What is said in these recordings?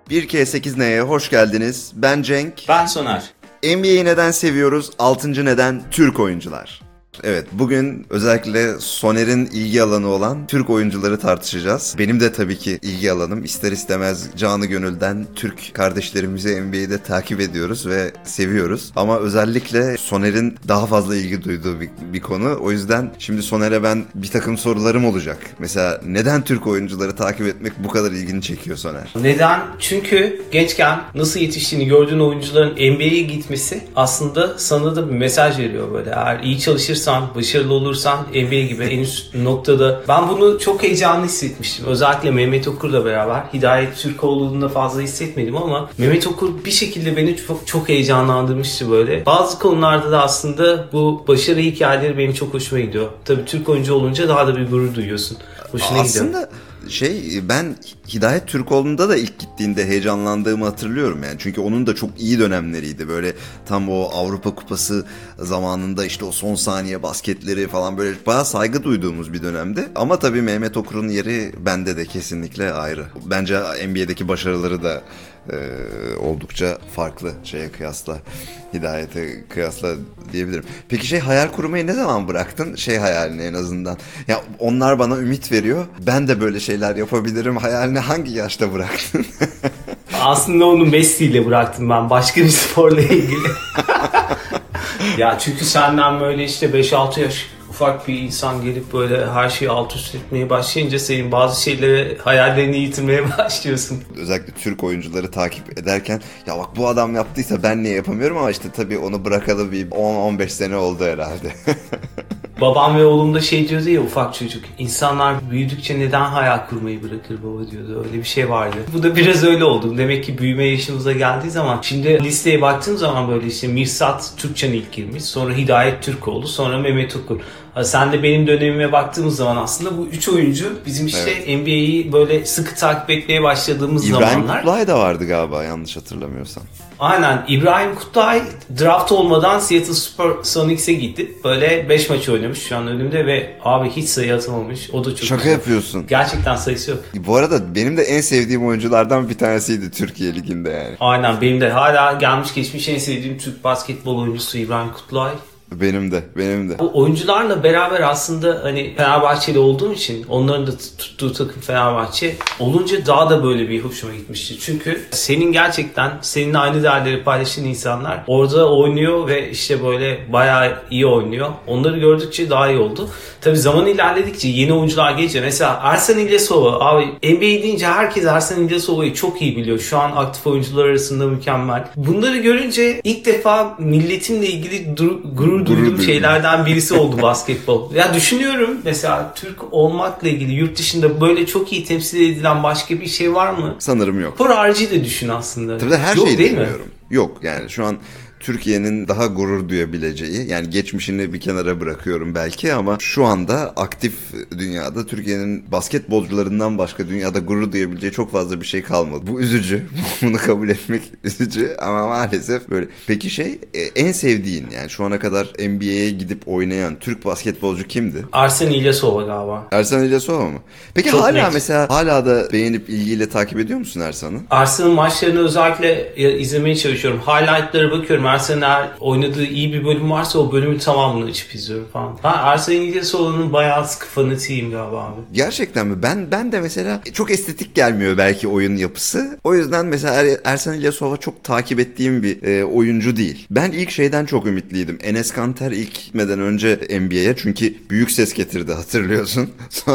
1K8N'ye hoş geldiniz. Ben Cenk. Ben Soner. NBA'yi neden seviyoruz? 6. neden Türk oyuncular. Evet, bugün özellikle Soner'in ilgi alanı olan Türk oyuncuları tartışacağız. Benim de tabii ki ilgi alanım. İster istemez canı gönülden Türk kardeşlerimizi NBA'de takip ediyoruz ve seviyoruz. Ama özellikle Soner'in daha fazla ilgi duyduğu bir konu. O yüzden şimdi Soner'e ben bir takım sorularım olacak. Mesela neden Türk oyuncuları takip etmek bu kadar ilgini çekiyor Soner? Neden? Çünkü gençken nasıl yetiştiğini gördüğün oyuncuların NBA'ye gitmesi aslında sana da bir mesaj veriyor böyle. Eğer iyi çalışırsan, başarılı olursan NBA gibi en üst noktada. Ben bunu çok heyecanlı hissetmiştim. Özellikle Mehmet Okur'la beraber. Hidayet Türkoğlu'nda fazla hissetmedim ama Mehmet Okur bir şekilde beni çok heyecanlandırmıştı böyle. Bazı konularda da aslında bu başarı hikayeleri benim çok hoşuma gidiyor. Tabii Türk oyuncu olunca daha da bir gurur duyuyorsun. Hoşuna gidiyor. Aslında ben Hidayet Türkoğlu'nda da ilk gittiğinde heyecanlandığımı hatırlıyorum yani. Çünkü onun da çok iyi dönemleriydi. Böyle tam o Avrupa Kupası zamanında işte o son saniye basketleri falan böyle bayağı saygı duyduğumuz bir dönemdi. Ama tabii Mehmet Okur'un yeri bende de kesinlikle ayrı. Bence NBA'deki başarıları da oldukça farklı şeye kıyasla, Hidayet'e kıyasla diyebilirim. Peki hayal kurmayı ne zaman bıraktın? Hayalini en azından. Ya onlar bana ümit veriyor. Ben de böyle şeyler yapabilirim. Hayalini hangi yaşta bıraktın? Aslında onu Messi ile bıraktım ben. Başka bir sporla ilgili. Ya çünkü senden böyle işte 5-6 yaş ufak bir insan gelip böyle her şeyi alt üst etmeye başlayınca senin bazı şeyleri, hayallerini yitirmeye başlıyorsun. Özellikle Türk oyuncuları takip ederken ya bak bu adam yaptıysa ben niye yapamıyorum, ama işte tabii onu bırakalı bir 10-15 sene oldu herhalde. Babam ve oğlum da diyordu ya, ufak çocuk. İnsanlar büyüdükçe neden hayal kurmayı bırakır baba diyordu. Öyle bir şey vardı. Bu da biraz öyle oldu. Demek ki büyüme yaşımıza geldiği zaman. Şimdi listeye baktığım zaman böyle işte Mirsat Türkçen ilk girmiş. Sonra Hidayet Türkoğlu. Sonra Mehmet Okur. Sen de benim dönemime baktığımız zaman aslında bu 3 oyuncu bizim işte evet, NBA'yi böyle sıkı takip etmeye başladığımız İbrahim zamanlar. İbrahim Kutlay da vardı galiba yanlış hatırlamıyorsam. Aynen. İbrahim Kutlay draft olmadan Seattle Supersonics'e gitti. Böyle 5 maç oynamış şu an önümde ve abi hiç sayı atamamış. O da çok Şaka güzel. Yapıyorsun. Gerçekten sayısı yok. Bu arada benim de en sevdiğim oyunculardan bir tanesiydi Türkiye Ligi'nde yani. Aynen, benim de hala gelmiş geçmiş en sevdiğim Türk basketbol oyuncusu İbrahim Kutlay. Benim de. Bu oyuncularla beraber aslında hani Fenerbahçeli olduğum için onların da tuttuğu takım Fenerbahçe olunca daha da böyle bir hoşuma gitmişti. Çünkü seninle aynı değerleri paylaşan insanlar orada oynuyor ve işte böyle bayağı iyi oynuyor. Onları gördükçe daha iyi oldu. Tabii zaman ilerledikçe yeni oyuncular gelince mesela Ersan İlyasova, abi NBA deyince herkes Ersan İlyasova'yı çok iyi biliyor. Şu an aktif oyuncular arasında mükemmel. Bunları görünce ilk defa milletimle ilgili gurur duyduğum şeylerden birisi oldu basketbol. Ya düşünüyorum mesela Türk olmakla ilgili yurt dışında böyle çok iyi temsil edilen başka bir şey var mı? Sanırım yok. Spor harici de düşün aslında. Tabii de her yok, şeyi değil bilmiyorum. Mi? Yok yani şu an Türkiye'nin daha gurur duyabileceği, yani geçmişini bir kenara bırakıyorum belki ama şu anda aktif dünyada Türkiye'nin basketbolcularından başka dünyada gurur duyabileceği çok fazla bir şey kalmadı. Bu üzücü. Bunu kabul etmek üzücü ama maalesef böyle. Peki en sevdiğin, yani şu ana kadar NBA'ye gidip oynayan Türk basketbolcu kimdi? Ersan İlyasova galiba. Ersan İlyasova mı? Peki çok hala da beğenip ilgiyle takip ediyor musun Ersan'ı? Ersan'ın maçlarını özellikle izlemeye çalışıyorum. Highlight'lara bakıyorum. Ersan'ın eğer oynadığı iyi bir bölüm varsa o bölümün tamamını açıp izliyorum falan. Ersan İlyasova'nın bayağı sıkı fanatiyim galiba abi. Gerçekten mi? Ben de mesela çok estetik gelmiyor belki oyun yapısı. O yüzden mesela Ersan İlyasova çok takip ettiğim bir oyuncu değil. Ben ilk şeyden çok ümitliydim. Enes Kanter ilk gitmeden önce NBA'ye, çünkü büyük ses getirdi, hatırlıyorsun.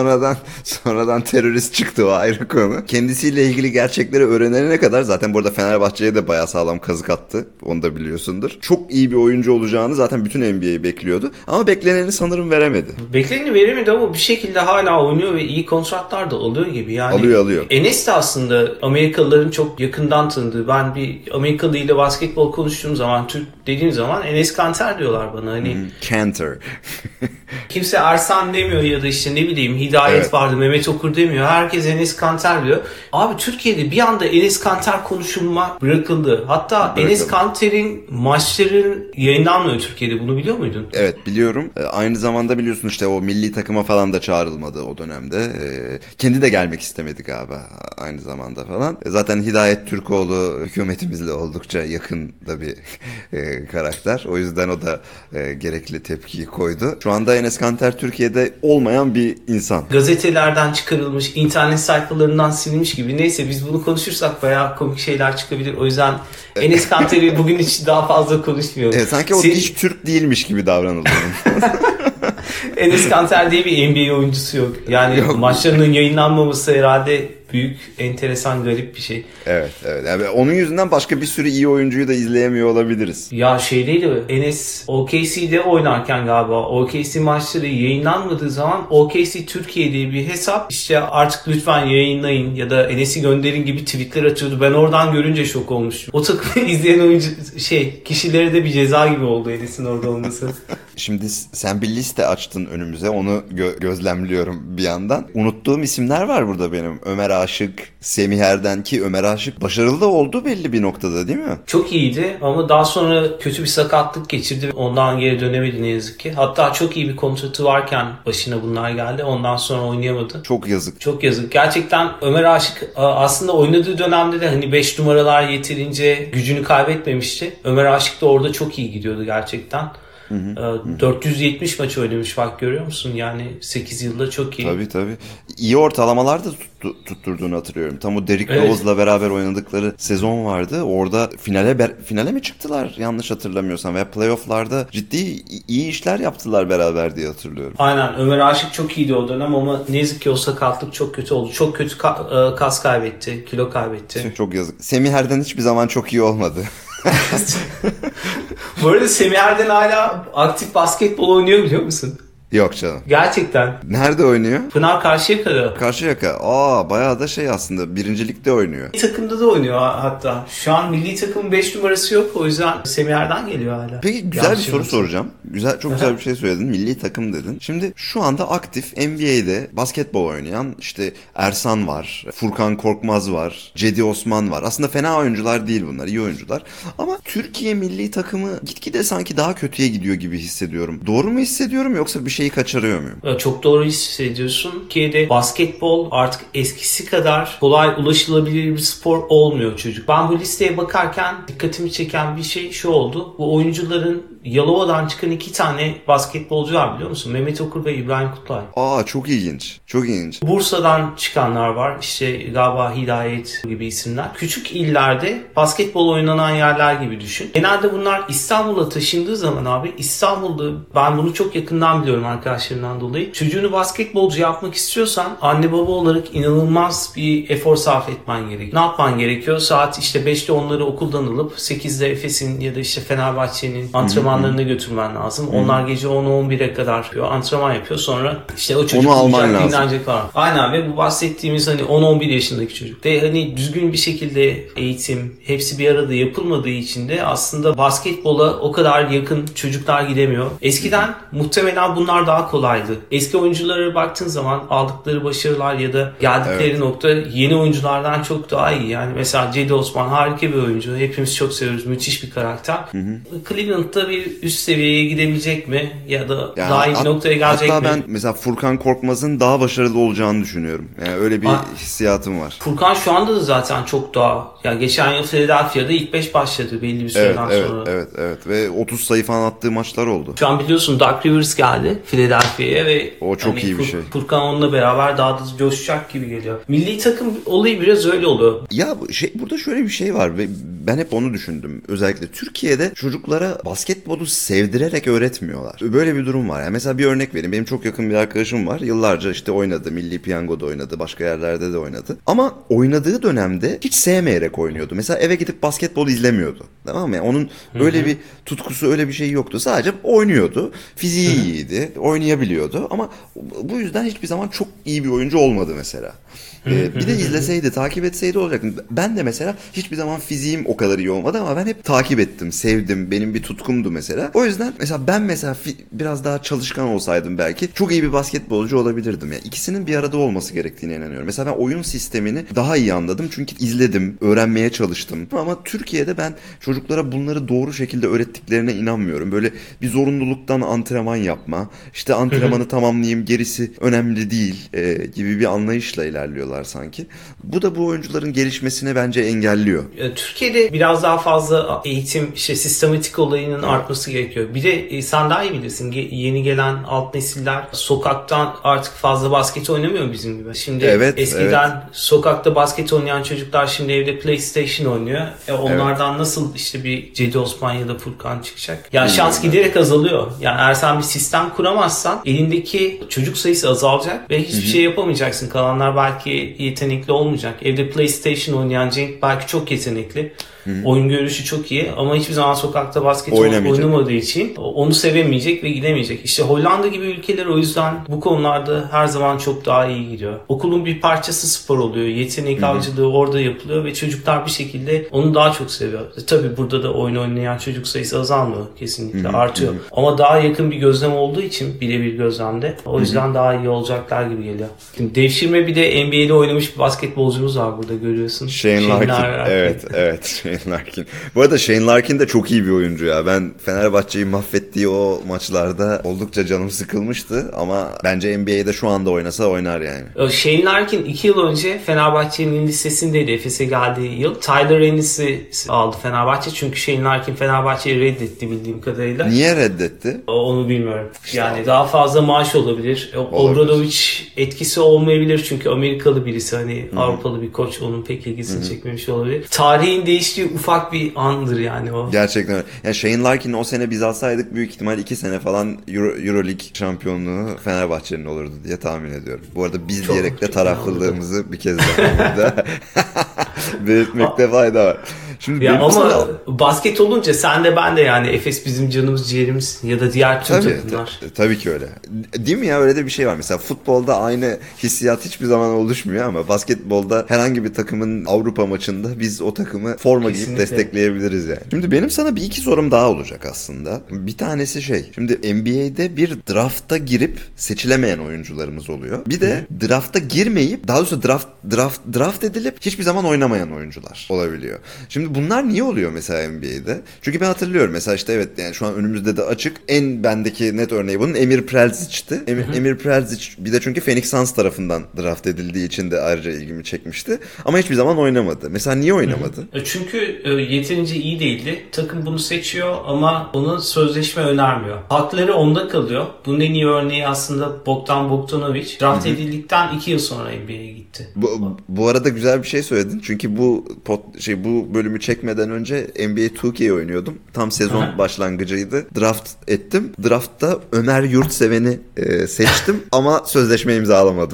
Sonradan terörist çıktı, o ayrı konu. Kendisiyle ilgili gerçekleri öğrenene kadar zaten bu arada Fenerbahçe'ye de bayağı sağlam kazık attı. Onu da biliyorsundur. Çok iyi bir oyuncu olacağını zaten bütün NBA'yi bekliyordu. Ama bekleneni sanırım veremedi. Bekleneni veremedi ama bir şekilde hala oynuyor ve iyi kontratlar da alıyor gibi. Yani alıyor. Enes de aslında Amerikalıların çok yakından tanıdığı. Ben bir Amerikalı ile basketbol konuştuğum zaman Türk dediğim zaman Enes Kanter diyorlar bana. Hani Kanter. kimse Ersan demiyor ya da işte ne bileyim Hidayet vardı, Mehmet Okur demiyor. Herkes Enes Kanter diyor. Abi Türkiye'de bir anda Enes Kanter konuşulma bırakıldı. Hatta Enes Kanter'in maçların yayınlanmıyor Türkiye'de. Bunu biliyor muydun? Evet biliyorum. Aynı zamanda biliyorsun işte o milli takıma falan da çağrılmadı o dönemde. Kendi de gelmek istemedi galiba aynı zamanda falan. Zaten Hidayet Türkoğlu hükümetimizle oldukça yakın da bir karakter. O yüzden o da gerekli tepkiyi koydu. Şu anda Enes Kanter Türkiye'de olmayan bir insan. Gazetelerden çıkarılmış, internet sayfalarından silinmiş gibi. Neyse biz bunu konuşursak bayağı komik şeyler çıkabilir. O yüzden Enes Kanter'i bugün hiç daha fazla konuşmuyorum. Sanki o hiç Türk değilmiş gibi davranıldı. Enes Kanter diye bir NBA oyuncusu yok. Yani yok. Maçlarının yayınlanmaması herhalde büyük, enteresan, garip bir şey. Evet. Yani onun yüzünden başka bir sürü iyi oyuncuyu da izleyemiyor olabiliriz. Ya şeydeydi, Enes OKC'de oynarken galiba OKC maçları yayınlanmadığı zaman OKC Türkiye diye bir hesap işte artık lütfen yayınlayın ya da Enes'i gönderin gibi tweetler atıyordu. Ben oradan görünce şok olmuştum. O takımı izleyen oyuncu kişilere de bir ceza gibi oldu Enes'in orada olması. Şimdi sen bir liste açtın önümüze. Onu gözlemliyorum bir yandan. Unuttuğum isimler var burada benim. Ömer Aşık, Semih Erden ki Ömer Aşık başarılı da oldu belli bir noktada değil mi? Çok iyiydi ama daha sonra kötü bir sakatlık geçirdi. Ondan geri dönemedi ne yazık ki. Hatta çok iyi bir kontratı varken başına bunlar geldi. Ondan sonra oynayamadı. Çok yazık. Çok yazık. Gerçekten Ömer Aşık aslında oynadığı dönemde de hani 5 numaralar yeterince gücünü kaybetmemişti. Ömer Aşık da orada çok iyi gidiyordu gerçekten. 470 maç oynamış bak görüyor musun? Yani 8 yılda çok iyi. Tabii. İyi ortalamalar da tutturduğunu hatırlıyorum. Tam o Derrick Rose'la beraber oynadıkları sezon vardı. Orada finale mi çıktılar yanlış hatırlamıyorsam veya playoff'larda ciddi iyi işler yaptılar beraber diye hatırlıyorum. Aynen Ömer Aşık çok iyiydi o dönem ama ne yazık ki o sakatlık çok kötü oldu. Çok kötü kas kaybetti, kilo kaybetti. Çok yazık. Semih Erden hiçbir zaman çok iyi olmadı. Bu arada Semih Erden hala aktif basketbol oynuyor biliyor musun? Yok canım. Gerçekten. Nerede oynuyor? Pınar Karşıyaka'da. Karşıyaka. Bayağı da aslında birincilikte oynuyor. Milli takımda da oynuyor hatta. Şu an milli takımın 5 numarası yok. O yüzden Semih Erden geliyor hala. Peki güzel bir soru soracağım. Çok güzel bir şey söyledin. Milli takım dedin. Şimdi şu anda aktif NBA'de basketbol oynayan işte Ersan var, Furkan Korkmaz var, Cedi Osman var. Aslında fena oyuncular değil bunlar. İyi oyuncular. Ama Türkiye milli takımı gitgide sanki daha kötüye gidiyor gibi hissediyorum. Doğru mu hissediyorum yoksa bir şeyi kaçırıyor muyum? Çok doğru hissediyorsun. Türkiye'de basketbol artık eskisi kadar kolay ulaşılabilir bir spor olmuyor çocuk. Ben bu listeye bakarken dikkatimi çeken bir şey şu oldu. Bu oyuncuların Yalova'dan çıkan 2 tane basketbolcu var biliyor musun? Mehmet Okur ve İbrahim Kutlay. Çok ilginç. Çok ilginç. Bursa'dan çıkanlar var. İşte galiba Hidayet gibi isimler. Küçük illerde basketbol oynanan yerler gibi düşün. Genelde bunlar İstanbul'a taşındığı zaman abi İstanbul'da ben bunu çok yakından biliyorum arkadaşlarımdan dolayı. Çocuğunu basketbolcu yapmak istiyorsan anne baba olarak inanılmaz bir efor sarf etmen gerekiyor. Ne yapman gerekiyor? Saat işte 5'te onları okuldan alıp 8'de Efes'in ya da işte Fenerbahçe'nin antrenmanlarına götürmen lazım. Onlar gece 10-11'e kadar antrenman yapıyor. Sonra işte o çocuk dinlenecek falan. Aynen ve bu bahsettiğimiz hani 10-11 yaşındaki çocuk. Ve hani düzgün bir şekilde eğitim hepsi bir arada yapılmadığı için de aslında basketbola o kadar yakın çocuklar gidemiyor. Eskiden muhtemelen bunlar daha kolaydı. Eski oyunculara baktığın zaman aldıkları başarılar ya da geldikleri nokta yeni oyunculardan çok daha iyi. Yani mesela Cedi Osman harika bir oyuncu. Hepimiz çok seviyoruz. Müthiş bir karakter. Cleveland'da bir üst seviyeye gidebilecek mi? Ya da daha iyi bir noktaya gelecek mi? Hatta ben mesela Furkan Korkmaz'ın daha başarılı olacağını düşünüyorum. Yani öyle bir hissiyatım var. Furkan şu anda da zaten çok daha geçen yıl Philadelphia'da ilk 5 başladı belli bir süreden sonra. Evet. Ve 30 sayı falan attığı maçlar oldu. Şu an biliyorsun Doug Rivers geldi Philadelphia'ya ve o çok iyi bir şey. Furkan onunla beraber daha da coşacak gibi geliyor. Milli takım olayı biraz öyle oluyor. Ya burada şöyle bir şey var ve ben hep onu düşündüm. Özellikle Türkiye'de çocuklara basketbolu sevdirerek öğretmiyorlar. Böyle bir durum var. Yani mesela bir örnek vereyim. Benim çok yakın bir arkadaşım var. Yıllarca işte oynadı. Milli Piyango'da oynadı. Başka yerlerde de oynadı. Ama oynadığı dönemde hiç sevmeyerek oynuyordu. Mesela eve gidip basketbol izlemiyordu. Tamam mı? Yani onun öyle bir tutkusu, öyle bir şey yoktu. Sadece oynuyordu. Fiziği iyiydi. Oynayabiliyordu. Ama bu yüzden hiçbir zaman çok iyi bir oyuncu olmadı mesela. Bir de izleseydi, takip etseydi olacaktı. Ben de mesela hiçbir zaman fiziğim o kadar iyi olmadı ama ben hep takip ettim, sevdim. Benim bir tutkumdu mesela. O yüzden mesela ben biraz daha çalışkan olsaydım belki çok iyi bir basketbolcu olabilirdim. Yani ikisinin bir arada olması gerektiğine inanıyorum. Mesela ben oyun sistemini daha iyi anladım. Çünkü izledim, öğrenmeye çalıştım. Ama Türkiye'de ben çocuklara bunları doğru şekilde öğrettiklerine inanmıyorum. Böyle bir zorunluluktan antrenman yapma, işte antrenmanı tamamlayayım, gerisi önemli değil gibi bir anlayışla ilerliyorlar sanki. Bu da bu oyuncuların gelişmesine bence engelliyor. Türkiye'de biraz daha fazla eğitim, işte sistematik olayının artması gerekiyor. Bir de sen daha iyi bilirsin, yeni gelen alt nesiller sokaktan artık fazla basket oynamıyor bizim gibi. Şimdi eskiden sokakta basket oynayan çocuklar şimdi evde PlayStation oynuyor. Onlardan nasıl işte bir Cedi Osman ya da Furkan çıkacak? Yani şans giderek azalıyor. Yani eğer sen bir sistem kuramazsan elindeki çocuk sayısı azalacak ve hiçbir şey yapamayacaksın. Kalanlar belki yetenekli olmayacak. Evde PlayStation oynayan Cenk belki çok yetenekli. Oyun görüşü çok iyi ama hiçbir zaman sokakta basket oynamadığı için onu sevemeyecek ve gidemeyecek. İşte Hollanda gibi ülkeler o yüzden bu konularda her zaman çok daha iyi gidiyor. Okulun bir parçası spor oluyor. Yetenek avcılığı orada yapılıyor ve çocuklar bir şekilde onu daha çok seviyor. Tabii burada da oyun oynayan çocuk sayısı azalmıyor. Kesinlikle artıyor. Ama daha yakın bir gözlem olduğu için birebir gözlemde o yüzden daha iyi olacaklar gibi geliyor. Şimdi devşirme bir de NBA'de oynamış bir basketbolcumuz var burada görüyorsun. Shane Larkin. Evet. Shane Larkin. Bu arada Shane Larkin de çok iyi bir oyuncu ya. Ben Fenerbahçe'yi mahvettiği o maçlarda oldukça canım sıkılmıştı ama bence NBA'de şu anda oynasa oynar yani. Shane Larkin 2 yıl önce Fenerbahçe'nin listesindeydi. Efes'e geldiği yıl. Tyler Ennis'i aldı Fenerbahçe. Çünkü Shane Larkin Fenerbahçe'yi reddetti bildiğim kadarıyla. Niye reddetti? Onu bilmiyorum. Yani daha fazla maaş olabilir. Obradovic etkisi olmayabilir çünkü Amerikalı birisi, hani Avrupalı bir koç onun pek ilgisini çekmemiş olabilir. Tarihin değiştiği ufak bir andır yani o. Gerçekten öyle. Yani Shane Larkin'i o sene biz alsaydık büyük ihtimal 2 sene falan Euroleague şampiyonluğu Fenerbahçe'nin olurdu diye tahmin ediyorum. Bu arada biz çok, diyerek de taraflılığımızı bir kez daha belirtmekte fayda var. Şimdi ya ama basket olunca sen de ben de yani Efes bizim canımız ciğerimiz ya da diğer tüm takımlar. Tabii ki öyle. Değil mi ya, öyle de bir şey var. Mesela futbolda aynı hissiyat hiçbir zaman oluşmuyor ama basketbolda herhangi bir takımın Avrupa maçında biz o takımı forma giyip destekleyebiliriz yani. Şimdi benim sana bir iki sorum daha olacak aslında. Bir tanesi şimdi NBA'de bir drafta girip seçilemeyen oyuncularımız oluyor. Bir de drafta girmeyip, daha doğrusu draft edilip hiçbir zaman oynamayan oyuncular olabiliyor. Şimdi bunlar niye oluyor mesela NBA'de? Çünkü ben hatırlıyorum mesela işte evet yani şu an önümüzde de açık. En bendeki net örneği bunun Emir Preljic'ti. Emir Preljic bir de çünkü Phoenix Suns tarafından draft edildiği için de ayrıca ilgimi çekmişti. Ama hiçbir zaman oynamadı. Mesela niye oynamadı? Çünkü yeterince iyi değildi. Takım bunu seçiyor ama onun sözleşme önermiyor. Hakları onda kalıyor. Bunun en iyi örneği aslında Bogdan Bogdanovic. Draft edildikten 2 yıl sonra NBA'ye gitti. Bu arada güzel bir şey söyledin. Çünkü bu bölümü çekmeden önce NBA 2K oynuyordum. Tam sezon başlangıcıydı. Draft ettim. Draftta Ömer Yurtseven'i seçtim ama sözleşme imzalamadım.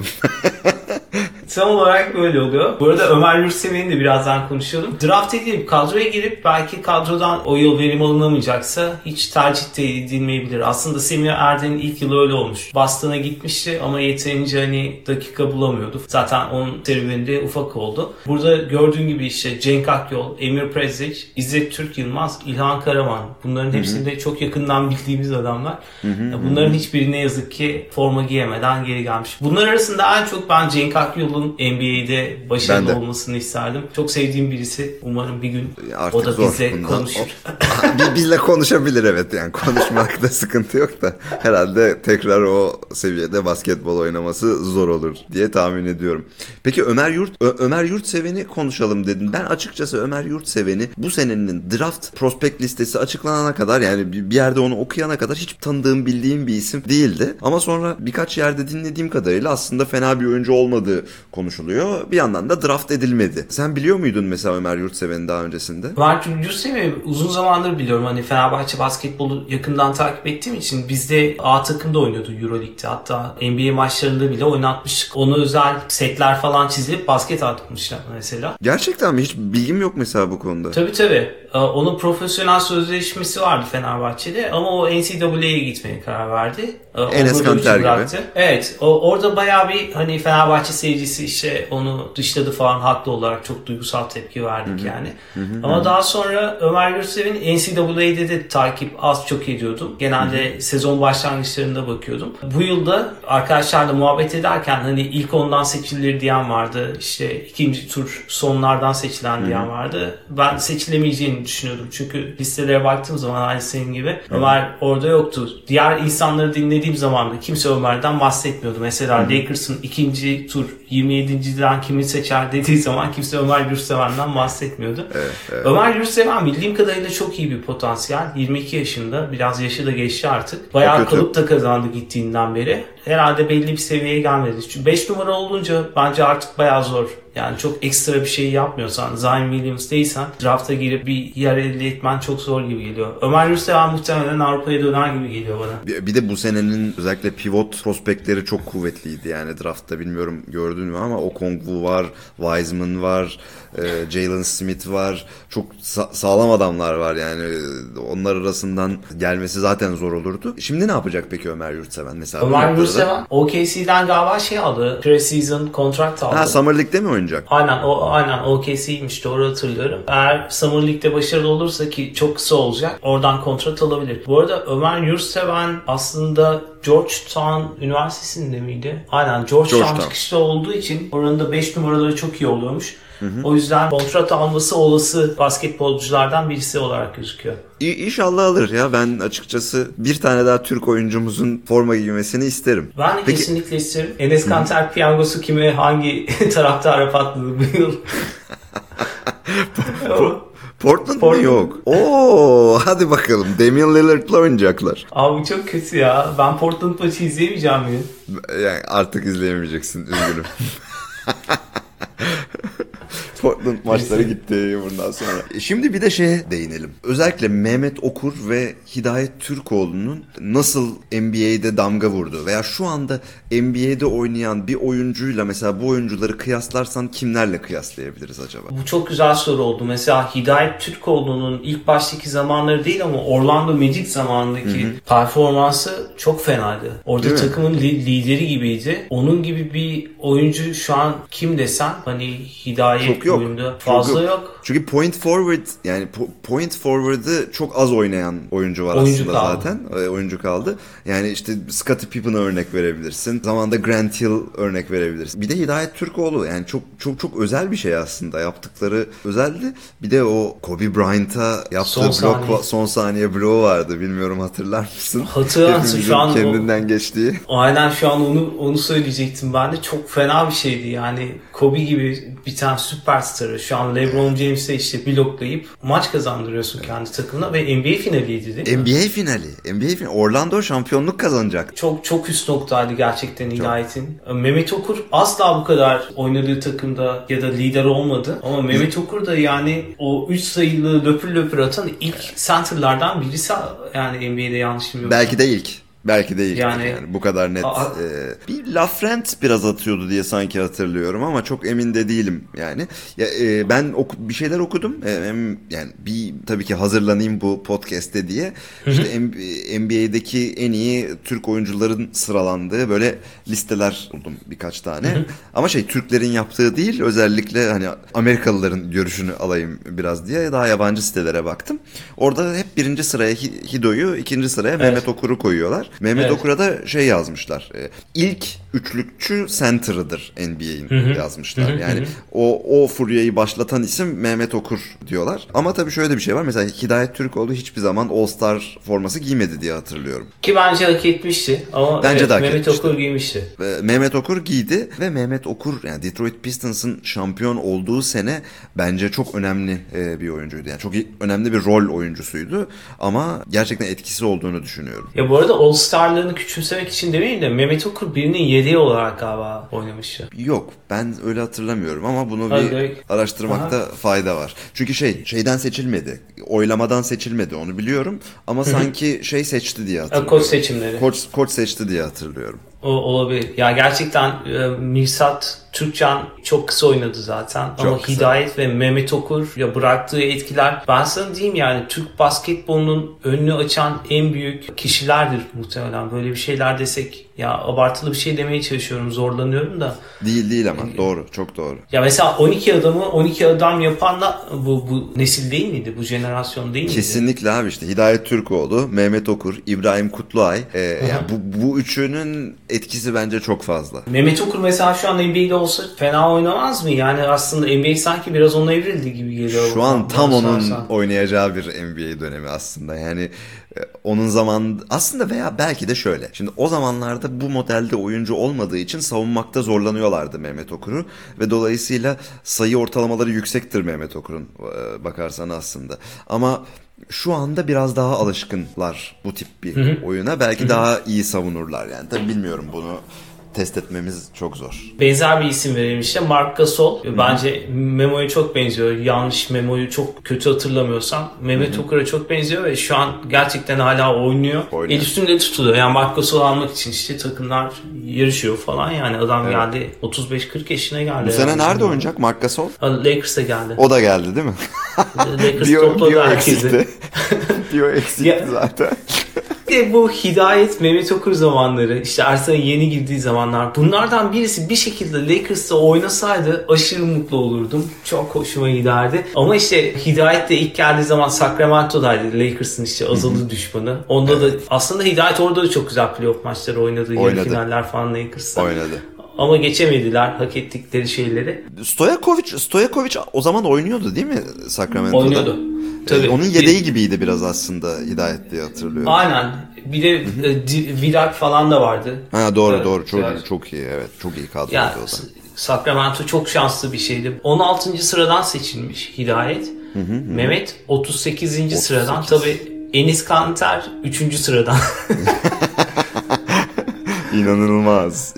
Tam olarak böyle oluyor. Bu arada Ömer Yurtseven'i de birazdan konuşalım. Draft edilip kadroya girip belki kadrodan o yıl verim alınamayacaksa hiç tercih de edilmeyebilir. Aslında Semih Erden'in ilk yılı öyle olmuş. Boston'a gitmişti ama yeterince dakika bulamıyordu. Zaten onun serüveninde ufak oldu. Burada gördüğün gibi işte Cenk Akyol, Emir Prezic, İzzet Türk Yılmaz, İlhan Karaman. Bunların hepsinde çok yakından bildiğimiz adamlar. Bunların hiçbiri ne yazık ki forma giyemeden geri gelmiş. Bunlar arasında en çok ben Cenk Akyol'un NBA'de başarılı olmasını isterdim. Çok sevdiğim birisi. Umarım bir gün artık o da bizle konuşur. Bizle konuşabilir evet, yani konuşmakta sıkıntı yok da herhalde tekrar o seviyede basketbol oynaması zor olur diye tahmin ediyorum. Peki Ömer Yurtseven'i konuşalım dedin. Ben açıkçası Ömer Yurtseven'i bu senenin draft prospect listesi açıklanana kadar, yani bir yerde onu okuyana kadar hiç tanıdığım, bildiğim bir isim değildi. Ama sonra birkaç yerde dinlediğim kadarıyla aslında fena bir oyuncu olmadığı konuşuluyor. Bir yandan da draft edilmedi. Sen biliyor muydun mesela Ömer Yurtseven'i daha öncesinde? Ben Yurtseven'i uzun zamandır biliyorum. Hani Fenerbahçe basketbolu yakından takip ettiğim için bizde A takımda oynuyordu Euroleague'de. Hatta NBA maçlarında bile oynatmıştık. Ona özel setler falan çizilip basket atmışlar mesela. Gerçekten mi? Hiç bilgim yok mesela bu konuda. Tabii. Onun profesyonel sözleşmesi vardı Fenerbahçe'de ama o NCAA'ye gitmeye karar verdi. Enes Kanter gibi. Evet. Orada bayağı bir hani Fenerbahçe seyircisi işte onu dışladı falan, haklı olarak çok duygusal tepki verdik yani. Ama daha sonra Ömer Yurtseven'in NCAA'de de takip az çok ediyordum. Genelde sezon başlangıçlarında bakıyordum. Bu yılda arkadaşlarla muhabbet ederken hani ilk ondan seçilir diyen vardı. İşte ikinci tur sonlardan seçilen diyen vardı. Ben seçilemeyeceğini düşünüyordum. Çünkü listelere baktığım zaman aynı senin gibi Ömer orada yoktu. Diğer insanları dinlediğim zaman da kimse Ömer'den bahsetmiyordu. Mesela Lakers'ın ikinci tur 27.den kimi seçer dediği zaman kimse Ömer Yurtseven'den bahsetmiyordu. Evet. Ömer Yurtseven bildiğim kadarıyla çok iyi bir potansiyel. 22 yaşında. Biraz yaşı da geçti artık. Bayağı kalıp da kazandı gittiğinden beri. Herhalde belli bir seviyeye gelmedi. Çünkü 5 numara olunca bence artık bayağı zor. Yani çok ekstra bir şey yapmıyorsan, Zion Williams değilsen drafta girip bir yer elde etmen çok zor gibi geliyor. Ömer Yurtseven muhtemelen Avrupa'ya döner gibi geliyor bana. Bir de bu senenin özellikle pivot prospektleri çok kuvvetliydi yani draftta, bilmiyorum gördün mü ama Okongwu var, Wiseman var, Jalen Smith var. Çok sağlam adamlar var yani, onlar arasından gelmesi zaten zor olurdu. Şimdi ne yapacak peki Ömer Yurtseven mesela? Ömer Yurtseven OKC'den galiba aldı. Pre-season kontrakt aldı. Summer League'de mi oynayacak? Aynen OKC'ymiş, doğru hatırlıyorum. Eğer Summer League'de başarılı olursa, ki çok kısa olacak, oradan kontrat alabilir. Bu arada Ömer Yurtseven aslında Georgetown Üniversitesi'nde miydi? Aynen, Georgetown çıkışta olduğu için oranın da 5 numaraları çok iyi oluyormuş. O yüzden kontrat alması olası basketbolculardan birisi olarak gözüküyor. İnşallah alır ya. Ben açıkçası bir tane daha Türk oyuncumuzun forma giymesini isterim. Ben de kesinlikle isterim. Enes Kanter piyangosu kime, hangi taraftara patladı bu yıl? Portland mı? Yok. Oo, hadi bakalım. Damian Lillard'la oynayacaklar. Abi çok kötü ya. Ben Portland maçı izleyemeyeceğim bugün. Yani artık izleyemeyeceksin. Üzgünüm. Portland maçları gitti bundan sonra. Şimdi bir de şeye değinelim. Özellikle Mehmet Okur ve Hidayet Türkoğlu'nun nasıl NBA'de damga vurdu veya şu anda NBA'de oynayan bir oyuncuyla mesela bu oyuncuları kıyaslarsan kimlerle kıyaslayabiliriz acaba? Bu çok güzel soru oldu. Mesela Hidayet Türkoğlu'nun ilk baştaki zamanları değil ama Orlando Magic zamanındaki performansı çok fenaydı. Orada takımın lideri gibiydi. Onun gibi bir oyuncu şu an kim desen, hani Hidayet çok yok. Oyunda fazla yok. Çünkü point forward'ı çok az oynayan oyuncu var aslında zaten. Oyuncu kaldı. Yani işte Scottie Pippen'a örnek verebilirsin. Zamanında Grant Hill örnek verebilirsin. Bir de Hidayet Türkoğlu, yani çok özel bir şey aslında. Yaptıkları özeldi. Bir de o Kobe Bryant'a yaptığı son saniye bloğu vardı. Bilmiyorum, hatırlar mısın? Hatırlarsın şu an. Kendinden geçtiği. Aynen, şu an onu söyleyecektim ben de. Çok fena bir şeydi. Yani Kobe gibi bir tane süperstarı şu an LeBron James'e işte bloklayıp maç kazandırıyorsun kendi takımına ve NBA finaliydi değil mi? NBA finali. Orlando şampiyonluk kazanacak. Çok üst noktaydı gerçekten Hidayet'in. Mehmet Okur asla bu kadar oynadığı takımda ya da lider olmadı. Ama Mehmet Okur da yani o 3 sayılı löpür atan ilk center'lardan birisi yani NBA'de, yanlışım yok. Belki de ilk. Yani bu kadar net. Bir Lafrent biraz atıyordu diye sanki hatırlıyorum ama çok emin de değilim yani. Ben bir şeyler okudum. Yani tabii ki hazırlanayım bu podcast'te diye. İşte NBA'deki en iyi Türk oyuncuların sıralandığı böyle listeler buldum birkaç tane. Ama Türklerin yaptığı değil, özellikle hani Amerikalıların görüşünü alayım biraz diye daha yabancı sitelere baktım. Orada hep birinci sıraya Hido'yu, ikinci sıraya Mehmet Okur'u koyuyorlar. Mehmet Okur'a da yazmışlar. İlk üçlükçü center'ıdır NBA'in yazmışlar. Yani o furyayı başlatan isim Mehmet Okur diyorlar. Ama tabii şöyle bir şey var. Mesela Hidayet Türkoğlu hiçbir zaman All-Star forması giymedi diye hatırlıyorum. Ki bence hak etmişti. Ama bence de Mehmet Okur giymişti. Mehmet Okur giydi ve Mehmet Okur, yani Detroit Pistons'ın şampiyon olduğu sene bence çok önemli bir oyuncuydu. Yani çok önemli bir rol oyuncusuydu. Ama gerçekten etkisi olduğunu düşünüyorum. Ya bu arada All-Star'larını küçümsemek için demeyeyim de Mehmet Okur birinin yedeği olarak galiba oynamıştı. Yok, ben öyle hatırlamıyorum ama bunu bir araştırmakta fayda var. Çünkü şeyden seçilmedi. Oylamadan seçilmedi, onu biliyorum. Ama sanki seçti diye hatırlıyorum. Koç seçimleri. Koç seçti diye hatırlıyorum. Olabilir. Ya gerçekten Mirsat Türkcan çok kısa oynadı zaten. Çok ama kısa. Hidayet ve Mehmet Okur ya bıraktığı etkiler, ben sana diyeyim yani Türk basketbolunun önünü açan en büyük kişilerdir muhtemelen. Böyle bir şeyler desek ya abartılı bir şey demeye çalışıyorum, zorlanıyorum da. Değil ama doğru, çok doğru. Ya mesela 12 adamı 12 adam yapan da bu nesil değil miydi? Bu jenerasyon değil miydi? Kesinlikle abi, işte Hidayet Türkoğlu, Mehmet Okur, İbrahim Kutluay. Yani bu üçünün etkisi bence çok fazla. Mehmet Okur mesela şu an NBA'de olsa fena oynamaz mı? Yani aslında NBA sanki biraz ona evrildi gibi geliyor. Şu an tam onun sorarsan. oynayacağı bir NBA dönemi aslında. Yani onun zaman aslında, veya belki de şöyle. Şimdi o zamanlarda bu modelde oyuncu olmadığı için savunmakta zorlanıyorlardı Mehmet Okur'u ve dolayısıyla sayı ortalamaları yüksektir Mehmet Okur'un bakarsan aslında. Ama şu anda biraz daha alışkınlar bu tip bir oyuna. Belki daha iyi savunurlar yani. Tabii bilmiyorum, bunu test etmemiz çok zor. Benzer bir isim verelim işte, Marc Gasol. Bence Memo'ya çok benziyor. Yanlış, Memo'yu çok kötü hatırlamıyorsam. Mehmet Okur'a çok benziyor ve şu an gerçekten hala oynuyor. El üstünde tutuluyor. Yani Marc Gasol'u almak için işte takımlar yarışıyor falan. Yani adam geldi 35-40 yaşına geldi. Bu sene nerede oynayacak Marc Gasol? Lakers'a geldi. O da geldi değil mi? Lakers topladı herkesi. Bio eksikti zaten. De bu Hidayet, Mehmet Okur zamanları, işte Ersan'ın yeni girdiği zamanlar, bunlardan birisi bir şekilde Lakers'ta oynasaydı aşırı mutlu olurdum. Çok hoşuma giderdi. Ama işte Hidayet de ilk geldiği zaman Sacramento'daydı, Lakers'ın işte azılı düşmanı. Onda da aslında Hidayet orada da çok güzel playoff maçları oynadı. Yarı finaller falan Lakers'ta. Oynadı. Ama geçemediler hak ettikleri şeyleri. Stojakovic o zaman oynuyordu değil mi Sacramento'da? Oynuyordu. Tabii. Onun yedeği gibiydi biraz aslında Hidayet diye hatırlıyorum. Aynen. Bir de Virak falan da vardı. Ha, doğru. Çok iyi, evet. Çok iyi kadroydu Yani, o da. Sacramento çok şanslı bir şeydi. 16. sıradan seçilmiş Hidayet. Mehmet 38. sıradan. Tabii Enis Kanter 3. sıradan. İnanılmaz.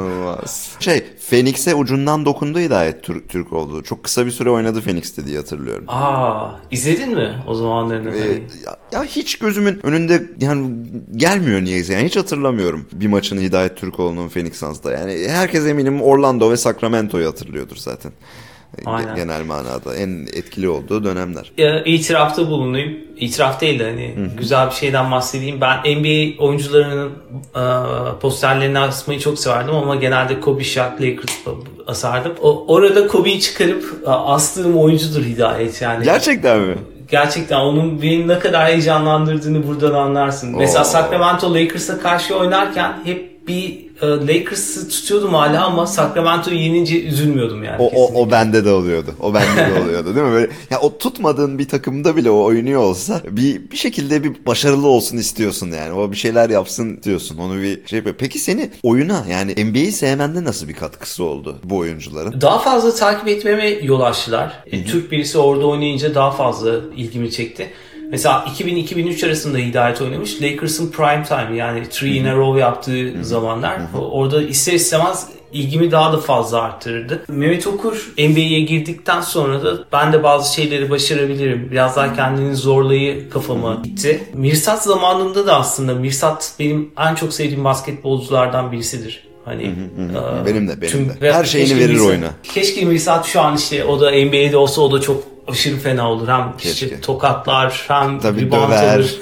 Phoenix'e ucundan dokundu Hidayet Türk oldu. Çok kısa bir süre oynadı Phoenix'te diye hatırlıyorum. İzledin mi o zamanlarını? Ya hiç gözümün önünde yani gelmiyor niyeyse. Yani hiç hatırlamıyorum bir maçını Hidayet Türkoğlu'nun Phoenix Suns'ta. Yani herkes eminim Orlando ve Sacramento'yu hatırlıyordur zaten. Aynen. Genel manada en etkili olduğu dönemler. İtirafta bulunayım. İtiraf değil de hani güzel bir şeyden bahsedeyim. Ben NBA oyuncularının posterlerini asmayı çok severdim ama genelde Kobe, Shaq, Lakers'ı asardım. Orada Kobe'yi çıkarıp astığım oyuncudur Hidayet yani. Gerçekten mi? Gerçekten onun beni ne kadar heyecanlandırdığını buradan anlarsın. Mesela Sacramento Lakers'a karşı oynarken hep bir Lakers'ı tutuyordum hala ama Sacramento'yu yenince üzülmüyordum yani. O bende de oluyordu. O bende de oluyordu değil mi? Böyle ya, o tutmadığın bir takımda bile o oynuyor olsa bir şekilde bir başarılı olsun istiyorsun yani. O bir şeyler yapsın diyorsun. Onu bir şey yapıyor. Peki seni oyuna, yani NBA'yi sevmende nasıl bir katkısı oldu bu oyuncuların? Daha fazla takip etmeme yol açtılar. Türk birisi orada oynayınca daha fazla ilgimi çekti. Mesela 2000-2003 arasında Hidayet oynamış. Lakers'ın prime time, yani 3 in a row yaptığı zamanlar. Orada ister istemez ilgimi daha da fazla arttırırdı. Mehmet Okur NBA'ye girdikten sonra da ben de bazı şeyleri başarabilirim, biraz daha kendini zorlayı kafama gitti. Mirsat zamanında da aslında Mirsat benim en çok sevdiğim basketbolculardan birisidir. Hani benim de. Her şeyini verir oyuna. Keşke Mirsat şu an işte o da NBA'de olsa, o da çok aşırı fena olur. Hem işte tokatlar, hem rebound alır.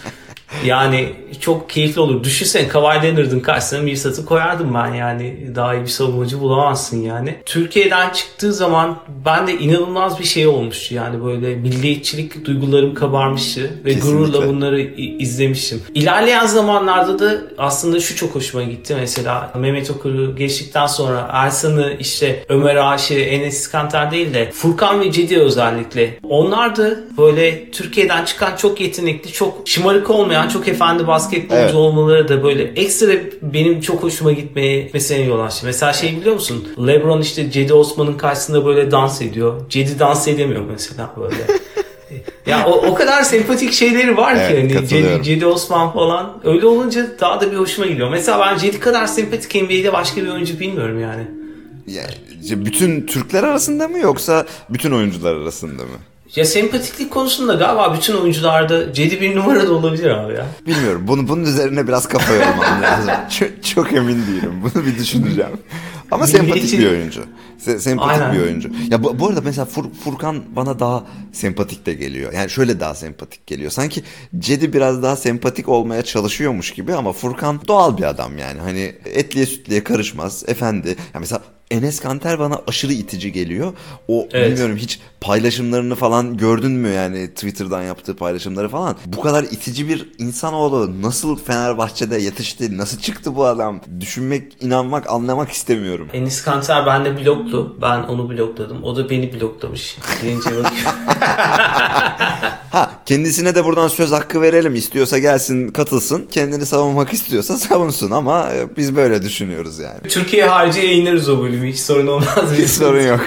Yani çok keyifli olur. Düşünsene, Kawhi Leonard'ın karşısına Mirsat'ı koyardım ben yani. Daha iyi bir savunmacı bulamazsın yani. Türkiye'den çıktığı zaman ben de inanılmaz bir şey olmuştu. Yani böyle milliyetçilik duygularım kabarmıştı. Ve kesinlikle gururla bunları izlemiştim. İlerleyen zamanlarda da aslında şu çok hoşuma gitti. Mesela Mehmet Okur'u geçtikten sonra Ersan'ı, işte Ömer Aşi, Enes İskanter değil de Furkan ve Cedi özellikle. Onlar da böyle Türkiye'den çıkan çok yetenekli, çok şımarık olmayan, çok efendi basketbolcu olmaları da böyle ekstra benim çok hoşuma gitmesine yol açtı. Mesela şey biliyor musun? LeBron işte Cedi Osman'ın karşısında böyle dans ediyor. Cedi dans edemiyor mesela böyle. Ya o kadar sempatik şeyleri var ki hani Cedi Osman falan. Öyle olunca daha da bir hoşuma gidiyor. Mesela ben Cedi kadar sempatik NBA'de başka bir oyuncu bilmiyorum yani. Yani bütün Türkler arasında mı yoksa bütün oyuncular arasında mı? Ya sempatiklik konusunda galiba bütün oyuncularda Cedi bir numara da olabilir abi ya. Bilmiyorum. Bunun üzerine biraz kafa yormam lazım. Çok emin değilim. Bunu bir düşüneceğim. Ama sempatik bir oyuncu. Sempatik Aynen. bir oyuncu. Ya bu arada mesela Furkan bana daha sempatik de geliyor. Yani şöyle daha sempatik geliyor. Sanki Cedi biraz daha sempatik olmaya çalışıyormuş gibi ama Furkan doğal bir adam yani. Hani etliye sütliye karışmaz. Efendi. Ya mesela Enes Kanter bana aşırı itici geliyor. O Evet. bilmiyorum hiç paylaşımlarını falan gördün mü yani Twitter'dan yaptığı paylaşımları falan. Bu kadar itici bir insanoğlu nasıl Fenerbahçe'de yetişti? Nasıl çıktı bu adam? Düşünmek, inanmak, anlamak istemiyorum. Enis Kanter bende bloklu. Ben onu blokladım. O da beni bloklamış. Gelince bakıyorum. Ha, kendisine de buradan söz hakkı verelim. İstiyorsa gelsin, katılsın. Kendini savunmak istiyorsa savunsun ama biz böyle düşünüyoruz yani. Türkiye harici yayınlarız o bölümü. Hiç sorun olmaz. Hiç sorun yok.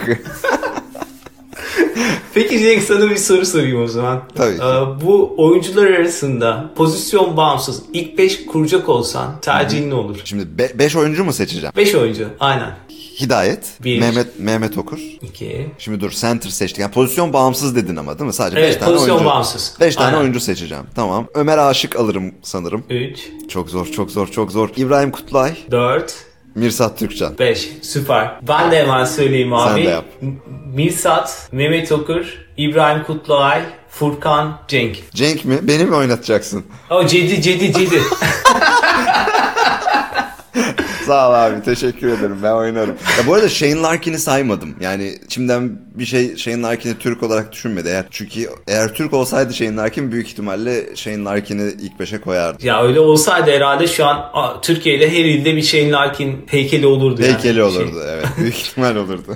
Peki Cenk, sana bir soru sorayım o zaman. Tabii ki. Bu oyuncular arasında pozisyon bağımsız ilk 5 kuracak olsan tercihin ne olur? Şimdi 5 oyuncu mu seçeceğim? 5 oyuncu aynen. Hidayet, Bir. Mehmet Okur. 2. Şimdi dur, center seçtik. Yani pozisyon bağımsız dedin ama değil mi? Sadece 5 Evet, tane pozisyon oyuncu. bağımsız. 5 tane Aynen. oyuncu seçeceğim. Tamam. Ömer Aşık alırım sanırım. 3. Çok zor, çok zor, çok zor. İbrahim Kutlay, 4. Mirsat Türkcan. 5. Süper. Ben de hemen söyleyeyim abi. Sen de yap. Mirsat, Mehmet Okur, İbrahim Kutlay, Furkan, Cenk. Cenk mi? Beni mi oynatacaksın? O Cedi. Sağ ol abi, teşekkür ederim, ben oynarım. Ya bu arada Shane Larkin'i saymadım. Yani içimden bir şey Shane Larkin'i Türk olarak düşünmedi. Çünkü eğer Türk olsaydı Shane Larkin büyük ihtimalle Shane Larkin'i ilk 5'e koyardı. Ya öyle olsaydı herhalde şu an Türkiye'de her ilde bir Shane Larkin heykeli olurdu yani. Heykeli olurdu, evet. Büyük ihtimal olurdu.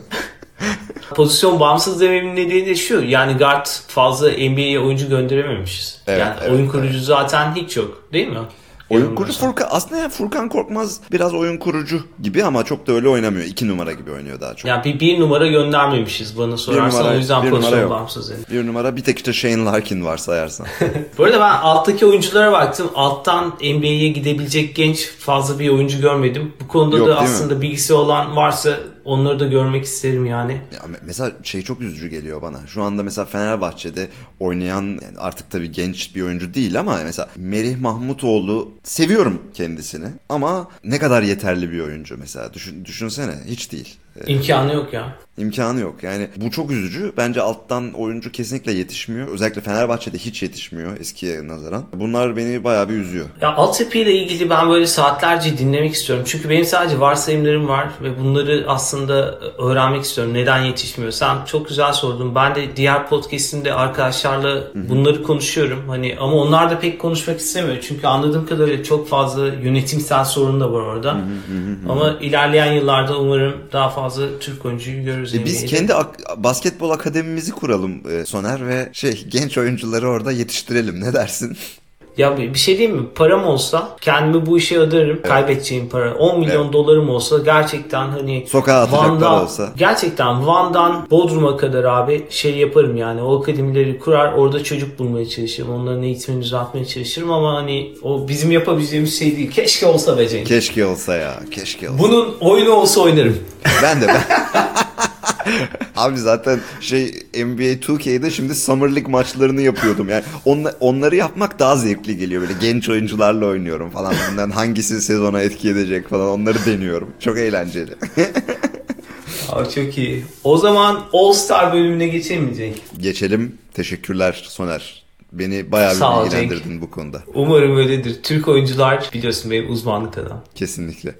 Pozisyon bağımsız dememin nedeni de şu. Yani guard fazla NBA'ye oyuncu gönderememişiz. Evet, yani evet, oyun kurucu zaten hiç yok değil mi? Oyun kurucu Furkan, aslında yani Furkan Korkmaz biraz oyun kurucu gibi ama çok da öyle oynamıyor. 2 numara gibi oynuyor daha çok. Yani bir numara göndermemişiz bana sorarsan, o yüzden pozisyon bağımsız dedim. Bir numara, bir tek işte Shane Larkin var sayarsan. Bu arada ben alttaki oyunculara baktım. Alttan NBA'ye gidebilecek genç fazla bir oyuncu görmedim. Bu konuda Yok, da değil mi? aslında bilgisi olan varsa onları da görmek isterim yani. Ya mesela şey çok üzücü geliyor bana. Şu anda mesela Fenerbahçe'de oynayan, yani artık tabii genç bir oyuncu değil ama mesela Merih Mahmutoğlu, seviyorum kendisini ama ne kadar yeterli bir oyuncu mesela. Düşünsene, hiç değil. İmkanı yok ya. İmkanı yok. Yani bu çok üzücü. Bence alttan oyuncu kesinlikle yetişmiyor. Özellikle Fenerbahçe'de hiç yetişmiyor eskiye nazaran. Bunlar beni bayağı bir üzüyor. Ya altyapıyla ilgili ben böyle saatlerce dinlemek istiyorum. Çünkü benim sadece varsayımlarım var ve bunları aslında öğrenmek istiyorum. Neden yetişmiyor? Sen çok güzel sordun. Ben de diğer podcast'imde arkadaşlarla bunları konuşuyorum. Hani ama onlar da pek konuşmak istemiyor. Çünkü anladığım kadarıyla çok fazla yönetimsel sorun da var orada. Ama ilerleyen yıllarda umarım daha fazla Türk oyuncuyu görürüz. Biz kendi basketbol akademimizi kuralım Soner ve genç oyuncuları orada yetiştirelim. Ne dersin? Ya bir şey diyeyim mi? Param olsa kendimi bu işe adarım. Evet. Kaybedeceğim para. 10 milyon dolarım olsa gerçekten hani sokağa atacak para olsa. Gerçekten Van'dan Bodrum'a kadar abi yaparım yani. O akademileri kurar, orada çocuk bulmaya çalışırım. Onların eğitimini düzeltmeye çalışırım ama hani o bizim yapabileceğimiz şey değil. Keşke olsa be Cenk. Keşke olsa ya. Keşke olsa. Bunun oyunu olsa oynarım. Ben de. Abi zaten NBA 2K'de şimdi Summer League maçlarını yapıyordum. Yani onları yapmak daha zevkli geliyor. Böyle genç oyuncularla oynuyorum falan. Bundan hangisi sezona etki edecek falan, onları deniyorum. Çok eğlenceli. Abi çok iyi. O zaman All Star bölümüne geçelim mi Cenk? Geçelim. Teşekkürler Soner. Beni bayağı bir bilgilendirdin bu konuda. Umarım öyledir. Türk oyuncular biliyorsun benim uzmanlık alanım. Kesinlikle.